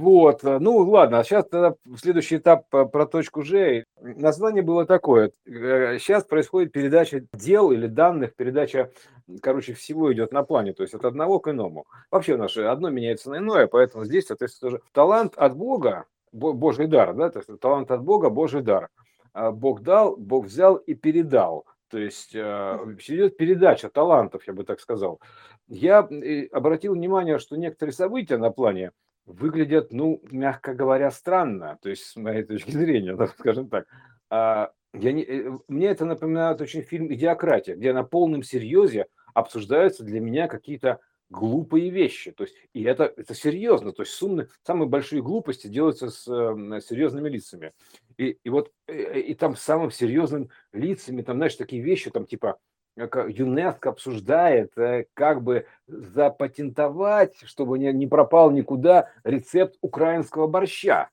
Вот, ну ладно, а сейчас тогда следующий этап про точку G. Название было такое. Сейчас происходит передача дел или данных, передача, короче, всего идет на плане, то есть от одного к иному. Вообще наше одно меняется на иное, поэтому здесь, соответственно, тоже талант от Бога, Божий дар, да, то есть талант от Бога, Божий дар. Бог дал, Бог взял и передал. То есть идет передача талантов, я бы так сказал. Я обратил внимание, что некоторые события на плане выглядят, ну, мягко говоря, странно, то есть с моей точки зрения, да, скажем так. Мне это напоминает очень фильм «Идиократия», где на полном серьезе обсуждаются для меня какие-то глупые вещи. То есть, и это серьезно, то есть самые большие глупости делаются с серьезными лицами. И там с самым серьезным лицами, там, знаешь, такие вещи, там, типа, ЮНЕСКО обсуждает, как бы запатентовать, чтобы не пропал никуда рецепт украинского борща.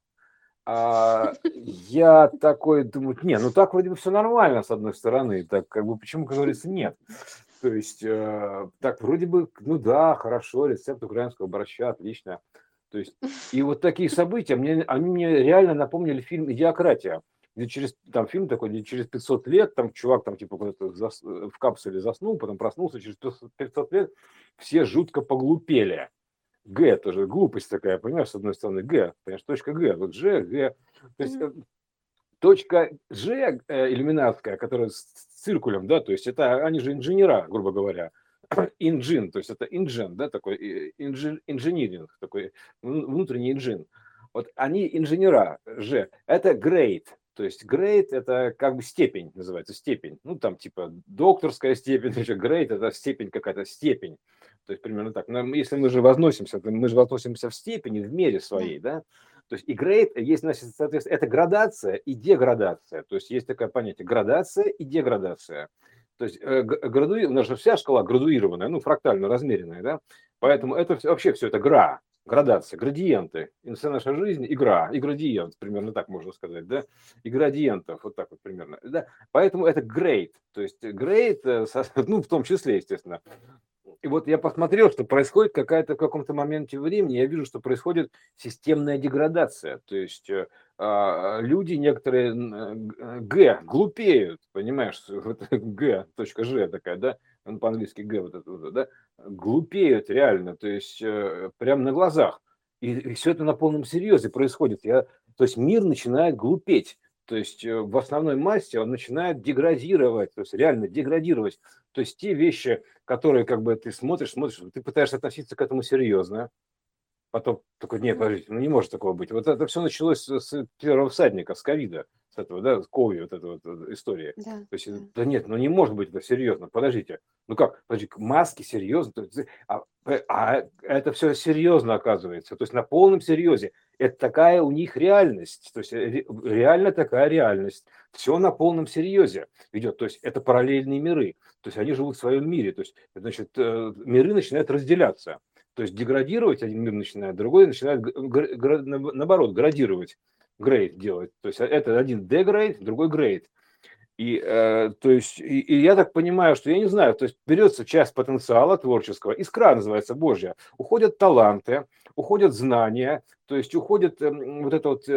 Я такой думаю, не, ну так вроде бы все нормально с одной стороны, так как бы почему, как говорится, нет. То есть так вроде бы, ну да, хорошо, рецепт украинского борща, отлично. То есть и вот такие события, они мне реально напомнили фильм «Идиократия», где там фильм такой, где через 500 лет, там чувак там типа в капсуле заснул, потом проснулся, через 500 лет все жутко поглупели. Г тоже глупость такая, понимаешь, с одной стороны, Г, понимаешь, точка Г, вот Ж, Г. То есть Мгм. точка Ж иллюминатская, которая с циркулем, да, то есть это они же инженера, грубо говоря. Инжин, то есть это инжен, да, такой инжиниринг, такой внутренний инжин. Вот они инженера Ж, это grade, то есть grade это как бы степень, называется степень. Ну там типа докторская степень, еще grade это степень какая-то, степень. То есть примерно так. Но если мы же возносимся, то мы же возносимся в степени, в мере Да. своей, да. То есть и grade есть, значит, соответственно, это градация и деградация. То есть есть такое понятие градация и деградация. То есть у нас же вся шкала градуированная, ну, фрактально размеренная, да? Мгм. Поэтому это вообще все это градация, градиенты. И вся наша жизнь игра, и градиент, примерно так можно сказать, да? И градиентов, вот так вот примерно, да? Поэтому это grade, то есть grade, ну, в том числе, естественно. И вот я посмотрел, что происходит какая-то в каком-то моменте времени, я вижу, что происходит системная деградация. То есть люди некоторые глупеют, понимаешь, вот Г, точка Ж такая, да, ну, по-английски Г вот это вот, да, глупеют реально, то есть прямо на глазах. И все это на полном серьезе происходит. То есть мир начинает глупеть. То есть в основной массе он начинает деградировать, то есть реально деградировать. То есть те вещи, которые как бы ты смотришь, ты пытаешься относиться к этому серьезно, потом такой, нет, Мгм. подождите, ну не может такого быть. Вот это все началось с первого всадника, с ковида, с этого, да, с ковид, вот эта вот история. Да, То есть, да. да нет, ну не может быть это серьезно, подождите. Ну как, подожди, маски серьезно? Это все серьезно оказывается, то есть на полном серьезе. Это такая у них реальность, то есть реально такая реальность. Все на полном серьезе идет, то есть это параллельные миры, то есть они живут в своем мире, то есть, значит, миры начинают разделяться. То есть деградировать один мир начинает, другой начинает, наоборот, градировать, грейд делать. То есть это один дегрейд, другой грейд. То есть, и я так понимаю, что я не знаю, то есть берется часть потенциала творческого, искра называется Божья, уходят таланты, уходят знания, то есть уходит вот эта вот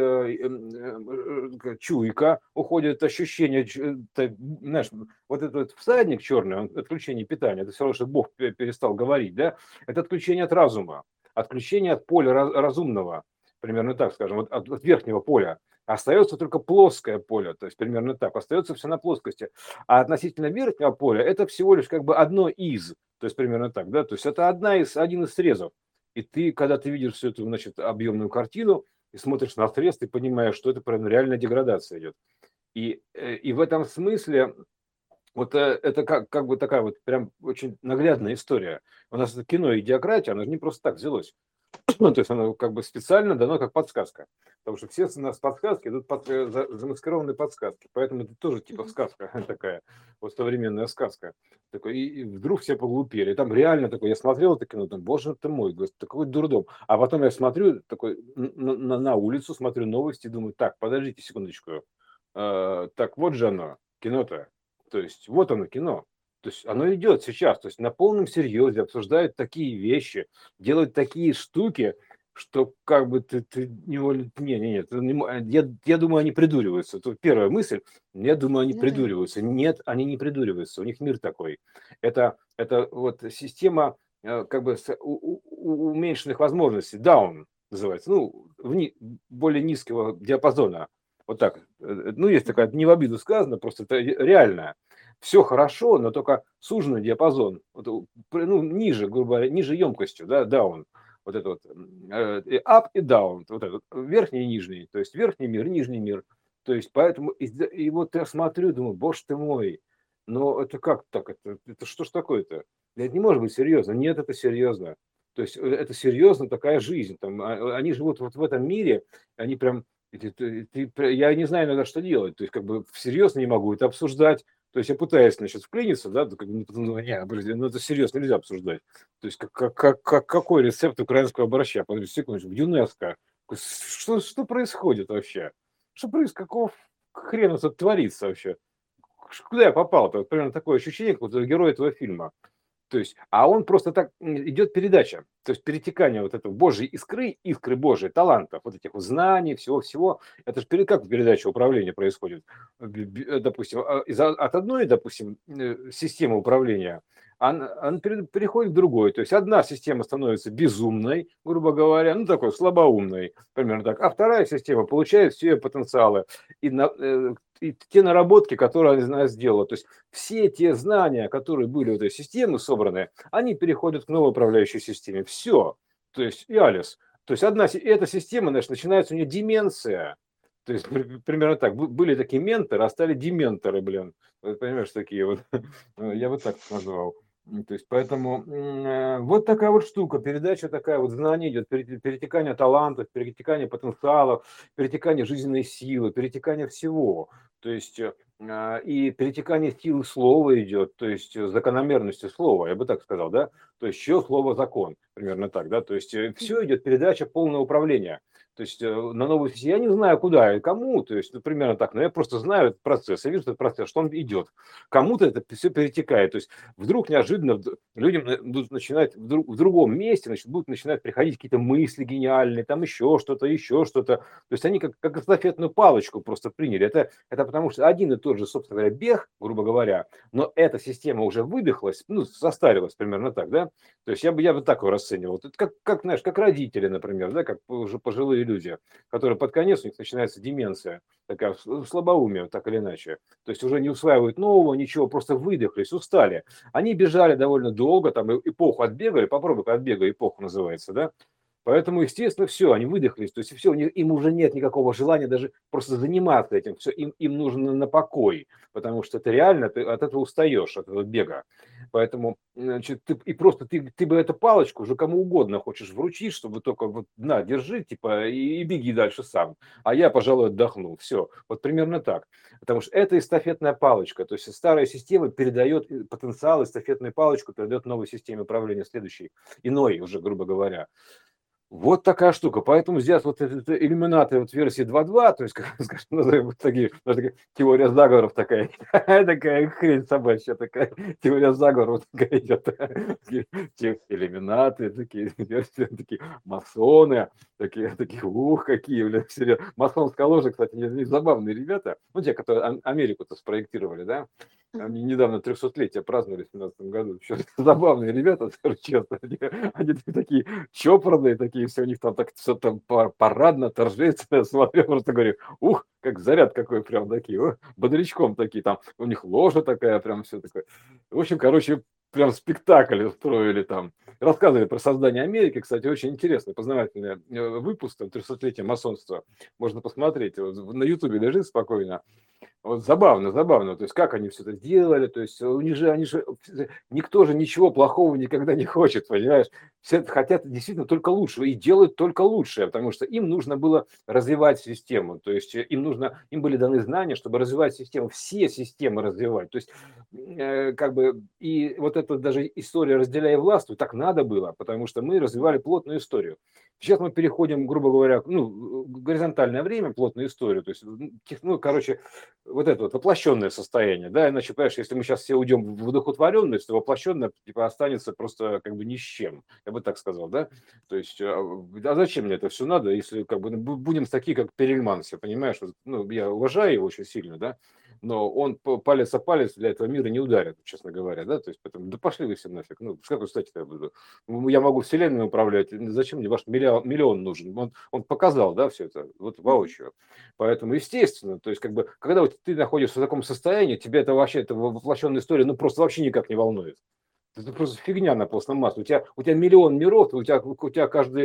чуйка, уходит ощущение, знаешь, вот этот вот всадник черный, отключение питания, это все равно, что Бог перестал говорить, да, это отключение от разума, отключение от поля разумного, примерно так скажем, вот от верхнего поля. Остается только плоское поле, то есть примерно так. Остается все на плоскости. А относительно верхнего поля это всего лишь как бы одно из, то есть примерно так, да, то есть это один из срезов. И ты, когда ты видишь всю эту, значит, объемную картину и смотришь на срез, ты понимаешь, что это прям реальная деградация идет. И в этом смысле вот это как бы такая вот прям очень наглядная история. У нас это кино «Идиократия», оно же не просто так взялось. Ну, то есть оно как бы специально дано как подсказка. Потому что все у нас подсказки идут замаскированные подсказки. Поэтому это тоже типа Мгм. сказка такая, вот современная сказка. Такой, и вдруг все поглупели. И там реально такой, я смотрел это кино, там, боже ты мой, такой дурдом. А потом я смотрю, такой на улицу, смотрю новости, думаю, так, подождите секундочку. Так вот же оно, кино-то. То есть вот оно, кино. То есть оно идет сейчас, то есть на полном серьезе обсуждают такие вещи, делают такие штуки, что как бы ты не, я думаю, они придуриваются. Это первая мысль. Я думаю, они Ну да. придуриваются. Нет, они не придуриваются. У них мир такой. Это вот система как бы уменьшенных возможностей. Down называется. Ну, более низкого диапазона. Вот так. Ну, есть такая, Мгм. не в обиду сказано, просто это реально. Все хорошо, но только суженный диапазон. Вот, ну, ниже, грубо говоря, ниже емкостью, да, down. Вот это вот up и down, вот этот верхний и нижний, то есть верхний мир, нижний мир. То есть поэтому, и вот я смотрю, думаю, боже ты мой, но это как так, это что ж такое-то? Это не может быть серьезно. Нет, это серьезно. То есть это серьезно такая жизнь. Там, они живут вот в этом мире, они прям, я не знаю иногда, что делать. То есть как бы всерьез не могу это обсуждать. То есть я пытаюсь, значит, вклиниться, да, как бы, ну, не, подожди, ну это серьезно нельзя обсуждать. То есть какой рецепт украинского борща? Подожди секундочку, в ЮНЕСКО. Что происходит вообще? Что происходит? Какого хрена тут творится вообще? Куда я попал-то? Вот примерно такое ощущение, как вот герой этого фильма. То есть, а он просто так идет передача, то есть перетекание вот этого Божьей искры, искры Божьей, талантов, вот этих вот знаний, всего-всего. Это же как передача управления происходит. Допустим, от одной, допустим, системы управления, он переходит к другой. То есть одна система становится безумной, грубо говоря, ну такой слабоумной, примерно так, а вторая система получает все ее потенциалы и те наработки, которые она сделала. То есть все те знания, которые были в этой системе собраны, они переходят к новой управляющей системе. Все. То есть и Алис. То есть эта система, значит, начинается у нее деменция. То есть примерно так. Были такие менторы, а стали дементоры, блин. Вот, понимаешь, такие вот. Я вот так назвал. То есть поэтому вот такая вот штука, передача такая, вот знание идет, перетекание талантов, перетекание потенциалов, перетекание жизненной силы, перетекание всего. То есть и перетекание силы слова идет, то есть закономерности слова, я бы так сказал, да, то есть еще слово закон, примерно так, да, то есть все Мгм. идет передача полного управления, то есть на новой сети я не знаю куда и кому, то есть ну, примерно так, но я просто знаю этот процесс, я вижу этот процесс, что он идет, кому-то это все перетекает, то есть вдруг неожиданно людям будут начинать в другом месте, значит, будут начинать приходить какие-то мысли гениальные, там еще что-то, то есть они как эстафетную палочку просто приняли. Это потому что один и тот же, собственно говоря, бег, грубо говоря, но эта система уже выдохлась, ну, состарилась примерно так, да? То есть я бы так его расценивал. Это знаешь, как родители, например, да, как уже пожилые люди, которые под конец у них начинается деменция, такая слабоумие, так или иначе. То есть уже не усваивают нового, ничего, просто выдохлись, устали. Они бежали довольно долго, там эпоху отбегали, попробуй-ка отбегай, эпоху называется, да? Поэтому, естественно, все, они выдохлись. То есть все, им уже нет никакого желания даже просто заниматься этим. Все, им нужно на покой, потому что это реально, ты от этого устаешь, от этого бега. Поэтому, значит, ты бы эту палочку уже кому угодно хочешь вручить, чтобы только вот, на, держи, типа, и беги дальше сам. А я, пожалуй, отдохну. Все, вот примерно так. Потому что это эстафетная палочка. То есть старая система передает потенциал, эстафетную палочку передает новой системе управления, следующей, иной уже, грубо говоря. Вот такая штука. Поэтому здесь вот это иллюминаты вот версии 2.2, то есть, как, скажем, назовем вот такие, даже такая теория заговоров такая, такая хрень собачья, такая теория заговоров такая идет. Те иллюминаты, такие версии, такие масоны, такие, ух, какие, блядь, серьезно. Масонская ложа, кстати, не забавные ребята, ну, те, которые Америку-то спроектировали, да, Мгм. они недавно 300-летие праздновали в 17 году. Еще забавные ребята, скажу честно. Они такие чопорные, такие, все у них там так все там парадно, торжественно. Смотрю, просто говорю, ух, как заряд какой, прям такие, бодрячком такие, там у них ложа такая, прям все такое. В общем, короче, прям спектакль устроили там. Рассказывали про создание Америки, кстати, очень интересный, познавательный выпуск, там, 300-летие масонства. Можно посмотреть, вот, на Ютубе лежит спокойно. Вот забавно, забавно. То есть, как они все это делали, то есть, у них же, никто же ничего плохого никогда не хочет, понимаешь? Все хотят действительно только лучшего и делают только лучшее, потому что им нужно было развивать систему, то есть, им были даны знания, чтобы развивать систему, все системы развивать. То есть, как бы, и вот эта даже история «разделяй и властвуй» так надо было, потому что мы развивали плотную историю. Сейчас мы переходим, грубо говоря, ну, горизонтальное время, плотную историю, то есть, ну, короче, вот это вот воплощенное состояние, да, иначе, понимаешь, если мы сейчас все уйдем в одухотворенность, то воплощенное, типа, останется просто как бы ни с чем, я бы так сказал, да, то есть, а зачем мне это все надо, если как бы будем такие, как Перельман, все, понимаешь, ну, я уважаю его очень сильно, да, но он палец о палец для этого мира не ударит, честно говоря, да, то есть, поэтому, да пошли вы все нафиг, ну, с какой стати я буду, я могу вселенной управлять, зачем мне ваш миллион нужен, он показал, да, все это, вот воочию, поэтому, естественно, то есть, как бы, когда вот ты находишься в таком состоянии, тебя это вообще, это воплощенная история, ну, просто вообще никак не волнует. Это просто фигня на постном масле. У тебя миллион миров, у тебя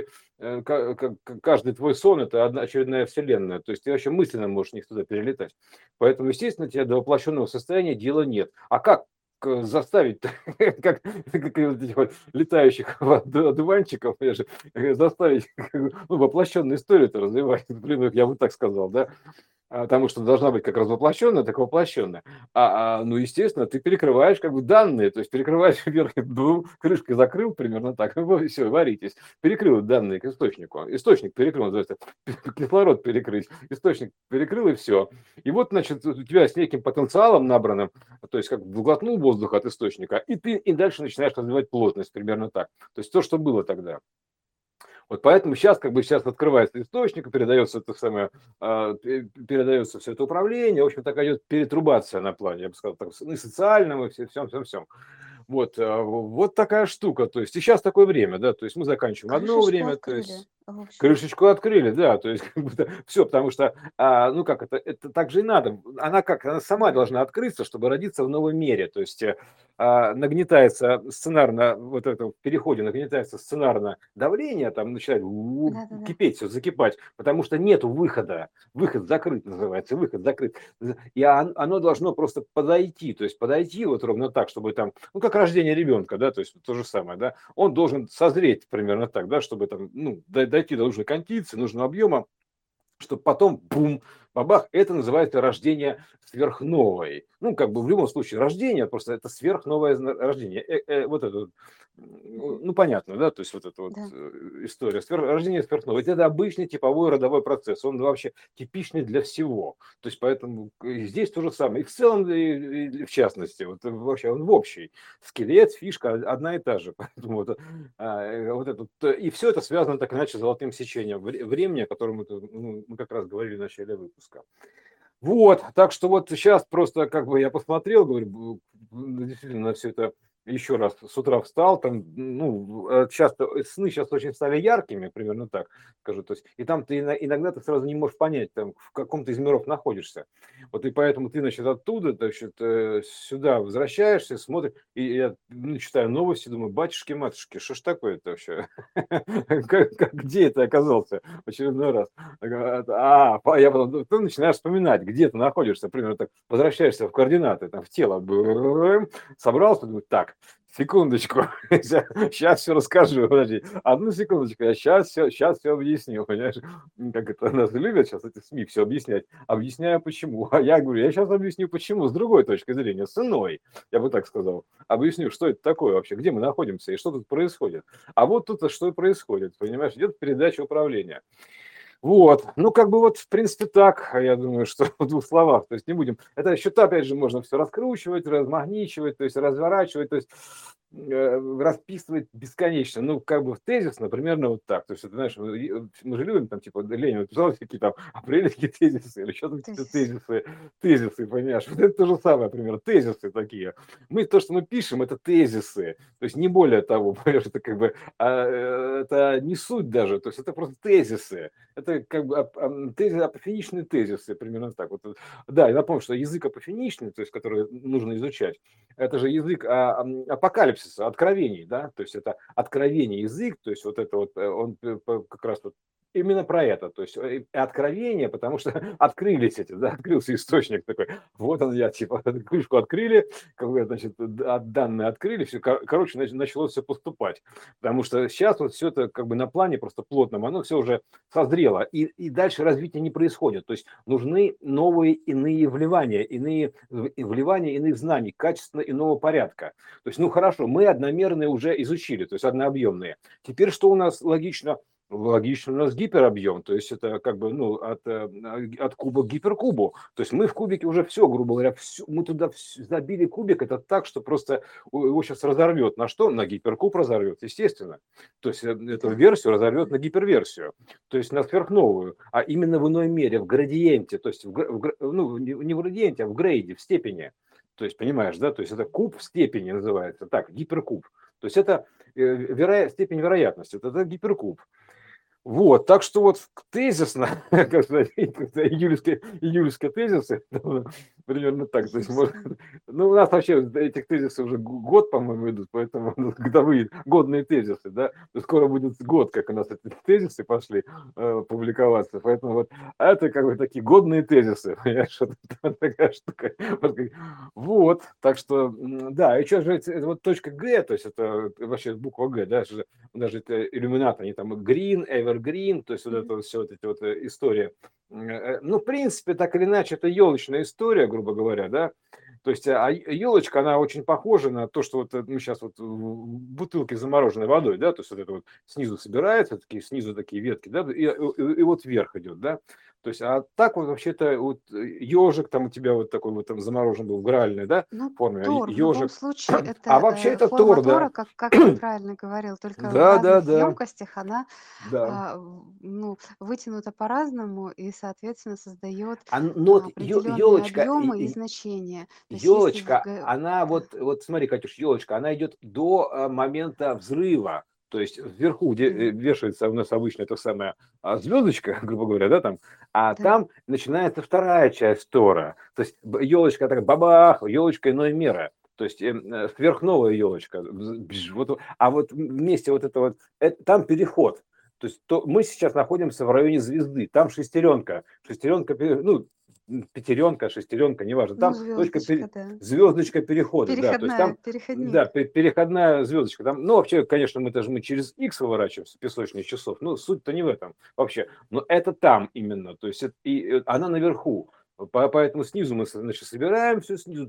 каждый твой сон это одна очередная вселенная. То есть ты вообще мысленно можешь в них туда перелетать. Поэтому, естественно, тебе до воплощенного состояния дела нет. А как заставить, как вот этих вот летающих одуванчиков, заставить ну, воплощенную историю-то развивать? Блин, я бы так сказал, да? Потому что должна быть как развоплощенная, так и воплощенная. Ну, естественно, ты перекрываешь как бы данные, то есть перекрываешь верхней крышкой закрыл примерно так, все, варитесь. Перекрыл данные к источнику. Источник перекрыл, называется, кислород перекрыть. Источник перекрыл и все. И вот, значит, у тебя с неким потенциалом набранным, то есть как бы глотнул воздух от источника, и ты и дальше начинаешь развивать плотность примерно так. То есть то, что было тогда. Вот поэтому сейчас как бы сейчас открывается источник, передается это самое, передается все это управление, в общем, такая идет перетрубация на плане, я бы сказал, так, и социальном, и всем. Вот такая штука, то есть и сейчас такое время, да, то есть мы заканчиваем одно Крышечку время, то открыли, есть в общем. крышечку открыли, да, то есть как будто все, потому что, ну как это так же и надо. Она сама должна открыться, чтобы родиться в новом мире. То есть нагнетается сценарно, вот это в переходе нагнетается сценарно давление, там начинает Да-да-да. кипеть, все закипать, потому что нету выхода. Выход закрыт называется, выход закрыт. И оно должно просто подойти, то есть подойти вот ровно так, чтобы там, ну как рождение ребенка, да, то есть то же самое, да, он должен созреть примерно так, да, чтобы там, ну, дойти до нужной кондиции, нужного объема, чтобы потом, бум, бабах, это называется рождение сверхновой. Ну, как бы в любом случае рождение, просто это сверхновое рождение. Вот это вот, Мгм. ну, понятно, да, то есть вот эта вот Да. история. Рождение сверхновой, это обычный типовой родовой процесс, он вообще типичный для всего. То есть поэтому здесь то же самое. И в целом, и в частности, вот вообще он в общий. Скелет, фишка одна и та же. Поэтому вот это, и все это связано так или иначе с золотым сечением времени, о котором мы как раз говорили в начале выпуска. Вот, так что вот сейчас просто как бы я посмотрел, говорю, действительно на все это еще раз с утра встал, там, ну, часто сны сейчас очень стали яркими, примерно так скажу, то есть, и там ты иногда ты сразу не можешь понять, там, в каком-то из миров находишься. Вот и поэтому ты, значит, оттуда, значит, сюда возвращаешься, смотришь, и я читаю новости, думаю, батюшки-матушки, что ж такое-то вообще? Где это оказался в очередной раз? Я потом, ты начинаешь вспоминать, где ты находишься, примерно так, возвращаешься в координаты, там, в тело, собрался, думаю, так, секундочку, сейчас все расскажу, подожди, одну секундочку, я сейчас все объясню, понимаешь, как это нас любят сейчас эти СМИ все объяснять, объясняю почему, а я говорю, я сейчас объясню почему, с другой точки зрения, с иной, я бы так сказал, объясню, что это такое вообще, где мы находимся и что тут происходит, а вот тут что и происходит, понимаешь, идет передача управления. Вот, ну как бы вот в принципе так, я думаю, что в двух словах, то есть не будем, это счета опять же можно все раскручивать, размагничивать, то есть разворачивать, то есть расписывать бесконечно, ну как бы в тезисно примерно вот так, то есть это, знаешь, мы же любим там типа Ленин написал какие там апрельские тезисы или что там То какие-то есть тезисы, понимаешь, вот это то же самое, например, тезисы такие, то, что мы пишем, это тезисы, то есть не более того, понимаешь, это как бы, это не суть даже, то есть это просто тезисы, это как бы апофеничные тезисы, примерно так. Вот, да, я напомню, что язык апофеничный, то есть который нужно изучать, это же язык апокалипсиса, откровений, да, то есть это откровение язык, то есть вот это вот, он как раз вот именно про это, то есть откровение, потому что открылись эти, да, открылся источник такой, вот он я, типа, крышку открыли, как бы, значит, данные открыли, все, короче, начало все поступать, потому что сейчас вот все это как бы на плане просто плотном, оно все уже созрело, и дальше развития не происходит. То есть нужны новые иные вливания, иные вливания иных знаний, качественно иного порядка. То есть, ну хорошо, мы одномерные уже изучили, то есть однообъемные. Теперь что у нас логично? Логично, у нас гиперобъем, то есть это как бы, ну, от куба к гиперкубу. То есть мы в кубике уже все, грубо говоря, мы туда забили кубик, это так, что просто его сейчас разорвет. На что? На гиперкуб разорвет, естественно. То есть эту Да. версию разорвет на гиперверсию, то есть на сверхновую, а именно в иной мере, в градиенте, то есть ну, не в градиенте, а в грейде, в степени. То есть, понимаешь, да, то есть это куб в степени называется, так, гиперкуб. То есть это степень вероятности, это гиперкуб. Вот, так что вот тезисно, как сказать, июльские тезисы, примерно так. То есть, Июльская. ну, у нас вообще этих тезисов уже год, по-моему, идут, поэтому годовые, годные тезисы, да. Скоро будет год, как у нас эти тезисы пошли публиковаться, поэтому вот это как бы такие годные тезисы, понимаешь, вот такая штука. Вот, так что, да, и что же, это вот точка Г, то есть это вообще буква Г, да, даже это иллюминаты, они там green, evergreen, то есть вот это Мгм. вот все вот эти вот истории. Ну, в принципе, так или иначе, это елочная история, грубо говоря, да. То есть, а елочка, она очень похожа на то, что вот мы сейчас вот в бутылке с замороженной водой, да, то есть вот это вот снизу собирается, такие снизу такие ветки, да, и вот вверх идет, да. То есть, а так вот вообще-то вот ежик там у тебя вот такой вот там заморожен был в гральной, да, Ну, форме, а Тор, в любом ежик. случае, А это вообще это форма Тор, да. Тора, как ты правильно говорил, только в Да, да, разных да, емкостях она да. ну, вытянута по-разному и, соответственно, создает Ну вот определенные елочка, объемы и значения. То есть если елочка, она Да. вот смотри, Катюш, елочка, она идет до момента взрыва. То есть вверху, где Мгм. вешается у нас обычно эта самая звездочка, грубо говоря, да, там, а Да. там начинается вторая часть Тора. То есть елочка такая, бабах, елочка иной меры. То есть сверхновая елочка. Вот, а вот вместе вот это вот, там переход. То есть мы сейчас находимся в районе звезды, там шестеренка, ну, пятеренка, шестеренка, неважно, Ну, там звездочка, да. звездочка перехода, да, то есть Переходная, там, да, переходник. переходная звездочка, там, ну, вообще, конечно, мы через X выворачиваемся, песочных часов, ну, суть-то не в этом вообще, но это там именно, то есть она наверху, поэтому снизу мы, значит, собираем все снизу,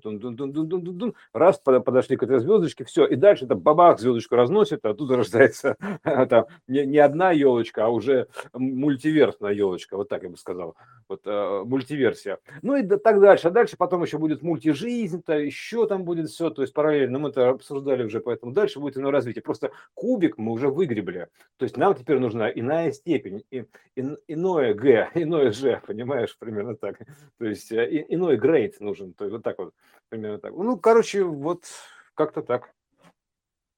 раз подошли к этой звездочке, все, и дальше это бабах, звездочку разносит, а оттуда рождается там не одна елочка, а уже мультиверсная елочка, вот так я бы сказал, вот мультиверсия. Ну и так дальше, а дальше потом еще будет мультижизнь-то, еще там будет все, то есть параллельно, мы это обсуждали уже, поэтому дальше будет иное развитие. Просто кубик мы уже выгребли, то есть нам теперь нужна иная степень, иное Г, иное Ж, понимаешь, примерно так. То есть иной грейд нужен, то есть вот так вот, примерно так. Ну, короче, вот как-то так.